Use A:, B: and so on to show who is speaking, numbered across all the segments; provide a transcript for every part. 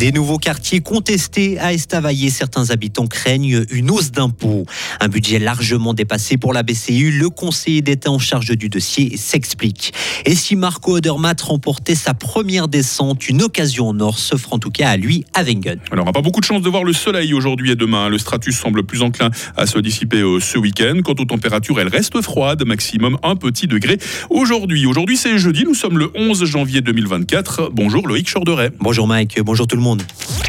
A: Des nouveaux quartiers contestés à Estavayer. Certains habitants craignent une hausse d'impôts. Un budget largement dépassé pour la BCU. Le conseiller d'État en charge du dossier s'explique. Et si Marco Odermatt remportait sa première descente, une occasion en or s'offre en tout cas à lui à Wengen.
B: Alors, on n'a pas beaucoup de chance de voir le soleil aujourd'hui et demain. Le stratus semble plus enclin à se dissiper ce week-end. Quant aux températures, elles restent froides, maximum 1 petit degré aujourd'hui. Aujourd'hui, c'est jeudi, nous sommes le 11 janvier 2024. Bonjour Loïc Chorderet.
A: Bonjour Mike, bonjour tout le monde.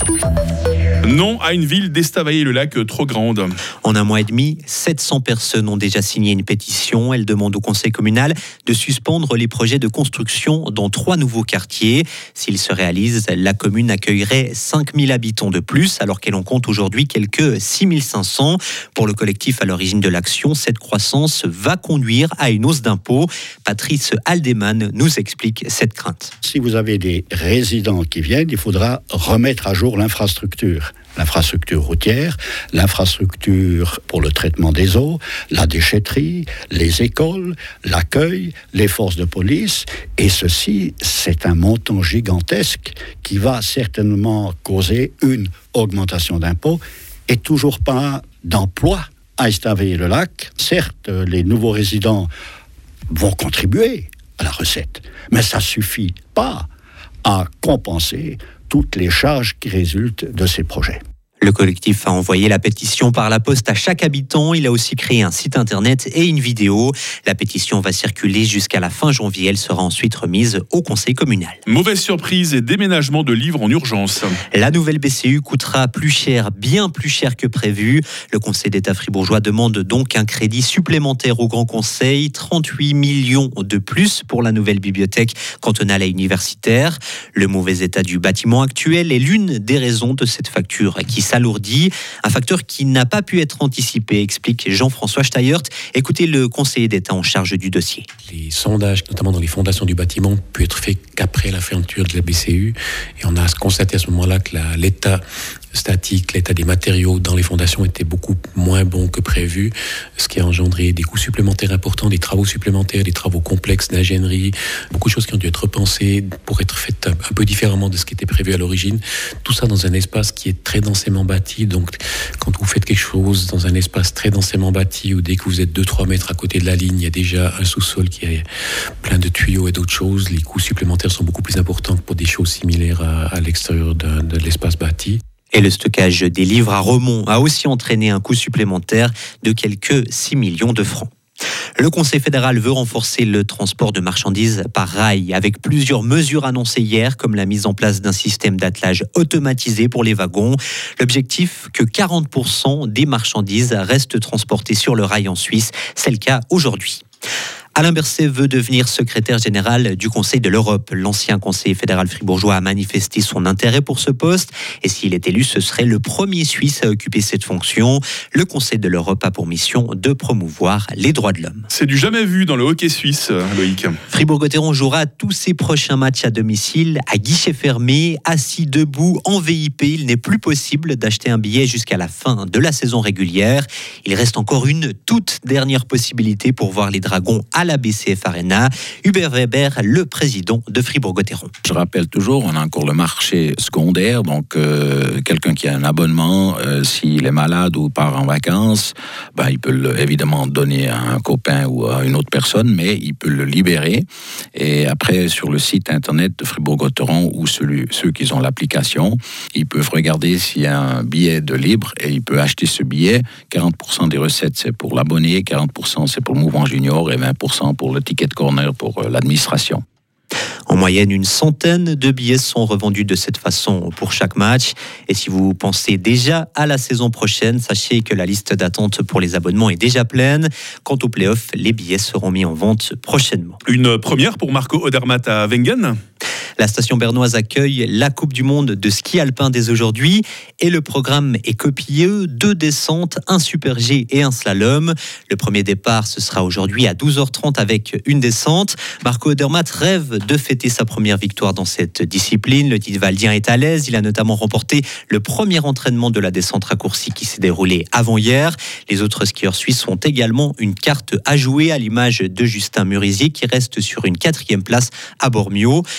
B: Non à une ville d'Estavayer-le-Lac trop grande.
A: En un mois et demi, 700 personnes ont déjà signé une pétition. Elles demandent au conseil communal de suspendre les projets de construction dans 3 nouveaux quartiers. S'ils se réalisent, la commune accueillerait 5000 habitants de plus, alors qu'elle en compte aujourd'hui quelques 6500. Pour le collectif à l'origine de l'action, cette croissance va conduire à une hausse d'impôts. Patrice Aldeman nous explique cette crainte.
C: Si vous avez des résidents qui viennent, il faudra remettre à jour l'infrastructure routière, l'infrastructure pour le traitement des eaux, la déchetterie, les écoles, l'accueil, les forces de police. Et ceci, c'est un montant gigantesque qui va certainement causer une augmentation d'impôts et toujours pas d'emploi à Estavayer-le-Lac. Certes, les nouveaux résidents vont contribuer à la recette, mais ça ne suffit pas à compenser toutes les charges qui résultent de ces projets.
A: Le collectif a envoyé la pétition par la poste à chaque habitant. Il a aussi créé un site internet et une vidéo. La pétition va circuler jusqu'à la fin janvier. Elle sera ensuite remise au conseil communal.
B: Mauvaise surprise et déménagement de livres en urgence.
A: La nouvelle BCU coûtera plus cher, bien plus cher que prévu. Le conseil d'État fribourgeois demande donc un crédit supplémentaire au Grand Conseil. 38 millions de plus pour la nouvelle bibliothèque cantonale et universitaire. Le mauvais état du bâtiment actuel est l'une des raisons de cette facture qui s'alourdit. Un facteur qui n'a pas pu être anticipé, explique Jean-François Steyert. Écoutez le conseiller d'État en charge du dossier.
D: Les sondages, notamment dans les fondations du bâtiment, peuvent être faits qu'après la fermeture de la BCU. Et on a constaté à ce moment-là que l'état statique, l'état des matériaux dans les fondations était beaucoup moins bon que prévu, ce qui a engendré des coûts supplémentaires importants, des travaux supplémentaires, des travaux complexes d'ingénierie, beaucoup de choses qui ont dû être repensées pour être faites un peu différemment de ce qui était prévu à l'origine. Tout ça dans un espace qui est très densément bâti. Donc, quand vous faites quelque chose dans un espace très densément bâti, ou dès que vous êtes 2-3 mètres à côté de la ligne, il y a déjà un sous-sol qui est plein de tuyaux et d'autres choses, les coûts supplémentaires sont beaucoup plus importants que pour des choses similaires à l'extérieur de l'espace bâti.
A: Et le stockage des livres à Remont a aussi entraîné un coût supplémentaire de quelques 6 millions de francs. Le Conseil fédéral veut renforcer le transport de marchandises par rail avec plusieurs mesures annoncées hier, comme la mise en place d'un système d'attelage automatisé pour les wagons. L'objectif, que 40% des marchandises restent transportées sur le rail en Suisse. C'est le cas aujourd'hui. Alain Berset veut devenir secrétaire général du Conseil de l'Europe. L'ancien conseiller fédéral fribourgeois a manifesté son intérêt pour ce poste. Et s'il est élu, ce serait le premier Suisse à occuper cette fonction. Le Conseil de l'Europe a pour mission de promouvoir les droits de l'homme.
B: C'est du jamais vu dans le hockey suisse, Loïc.
A: Fribourg-Gotteron jouera tous ses prochains matchs à domicile, à guichet fermé, assis debout, en VIP. Il n'est plus possible d'acheter un billet jusqu'à la fin de la saison régulière. Il reste encore une toute dernière possibilité pour voir les Dragons à la BCF Arena. Hubert Weber, le président de Fribourg-Gotteron.
E: Je rappelle toujours, on a encore le marché secondaire, donc quelqu'un qui a un abonnement, s'il est malade ou part en vacances, il peut évidemment donner à un copain ou à une autre personne, mais il peut le libérer. Et après, sur le site internet de Fribourg-Gotteron ou ceux qui ont l'application, ils peuvent regarder s'il y a un billet de libre et il peut acheter ce billet. 40% des recettes, c'est pour l'abonné, 40% c'est pour le mouvement junior et 20% pour le ticket corner pour l'administration.
A: En moyenne, une centaine de billets sont revendus de cette façon pour chaque match. Et si vous pensez déjà à la saison prochaine, sachez que la liste d'attente pour les abonnements est déjà pleine. Quant aux playoffs, les billets seront mis en vente prochainement.
B: Une première pour Marco Odermatt à Wengen.
A: La station bernoise accueille la Coupe du Monde de ski alpin dès aujourd'hui et le programme est copieux, 2 descentes, un super G et un slalom. Le premier départ, ce sera aujourd'hui à 12h30 avec une descente. Marco Odermatt rêve de fêter sa première victoire dans cette discipline. Le Tidevaldien est à l'aise. Il a notamment remporté le premier entraînement de la descente raccourcie qui s'est déroulé avant-hier. Les autres skieurs suisses ont également une carte à jouer, à l'image de Justin Murisier qui reste sur une 4e place à Bormio. Le Valais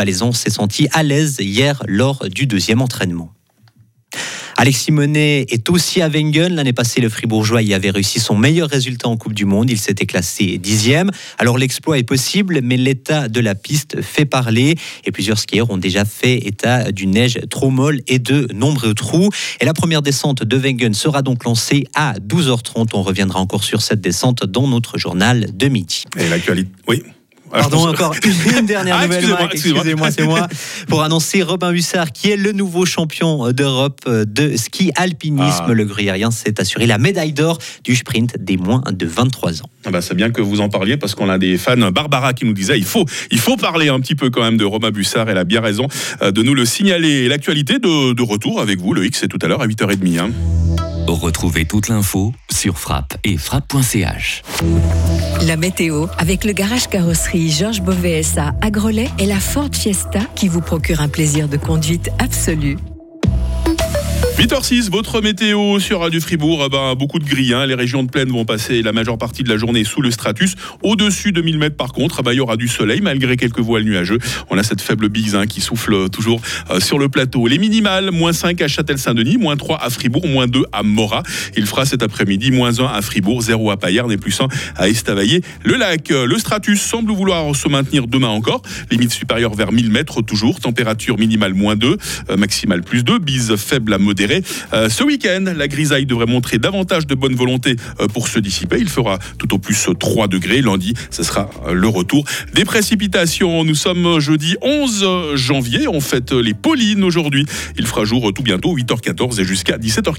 A: Valaisan s'est senti à l'aise hier lors du deuxième entraînement. Alexis Monet est aussi à Wengen. L'année passée, le Fribourgeois y avait réussi son meilleur résultat en Coupe du Monde. Il s'était classé 10e. Alors l'exploit est possible, mais l'état de la piste fait parler. Et plusieurs skieurs ont déjà fait état d'une neige trop molle et de nombreux trous. Et la première descente de Wengen sera donc lancée à 12h30. On reviendra encore sur cette descente dans notre journal de midi.
B: Et l'actualité, oui.
A: Pardon, encore une dernière nouvelle, excusez-moi, c'est moi. Pour annoncer Robin Hussard, qui est le nouveau champion d'Europe de ski alpinisme. Le gruyérien s'est assuré la médaille d'or du sprint des moins de 23 ans.
B: C'est bien que vous en parliez parce qu'on a des fans. Barbara qui nous disait il faut parler un petit peu quand même de Robin Hussard. Elle a bien raison de nous le signaler. L'actualité de retour avec vous, Loïc, c'est tout à l'heure à 8h30.
F: Retrouvez toute l'info sur Frappe et frappe.ch.
G: La météo avec le garage carrosserie Georges Beauvais SA à Grelais et la Ford Fiesta qui vous procure un plaisir de conduite absolu.
B: 8h06, votre météo sur Radio Fribourg. Beaucoup de gris. Les régions de plaine vont passer la majeure partie de la journée sous le stratus. Au-dessus de 1000 mètres par contre, il y aura du soleil malgré quelques voiles nuageux. On a cette faible bise qui souffle toujours sur le plateau. Les minimales, -5 à Châtel-Saint-Denis, -3 à Fribourg, -2 à Morat. Il fera cet après-midi -1 à Fribourg, 0 à Payerne et +1 à Estavayer-le-Lac. Le stratus semble vouloir se maintenir demain encore. Limite supérieure vers 1000 mètres toujours. Température minimale -2, maximale +2. Bise faible à modérée. Ce week-end, la grisaille devrait montrer davantage de bonne volonté pour se dissiper. Il fera tout au plus 3 degrés. Lundi, ce sera le retour des précipitations. Nous sommes jeudi 11 janvier. On fête les Paulines aujourd'hui. Il fera jour tout bientôt, 8h14 et jusqu'à 17h15.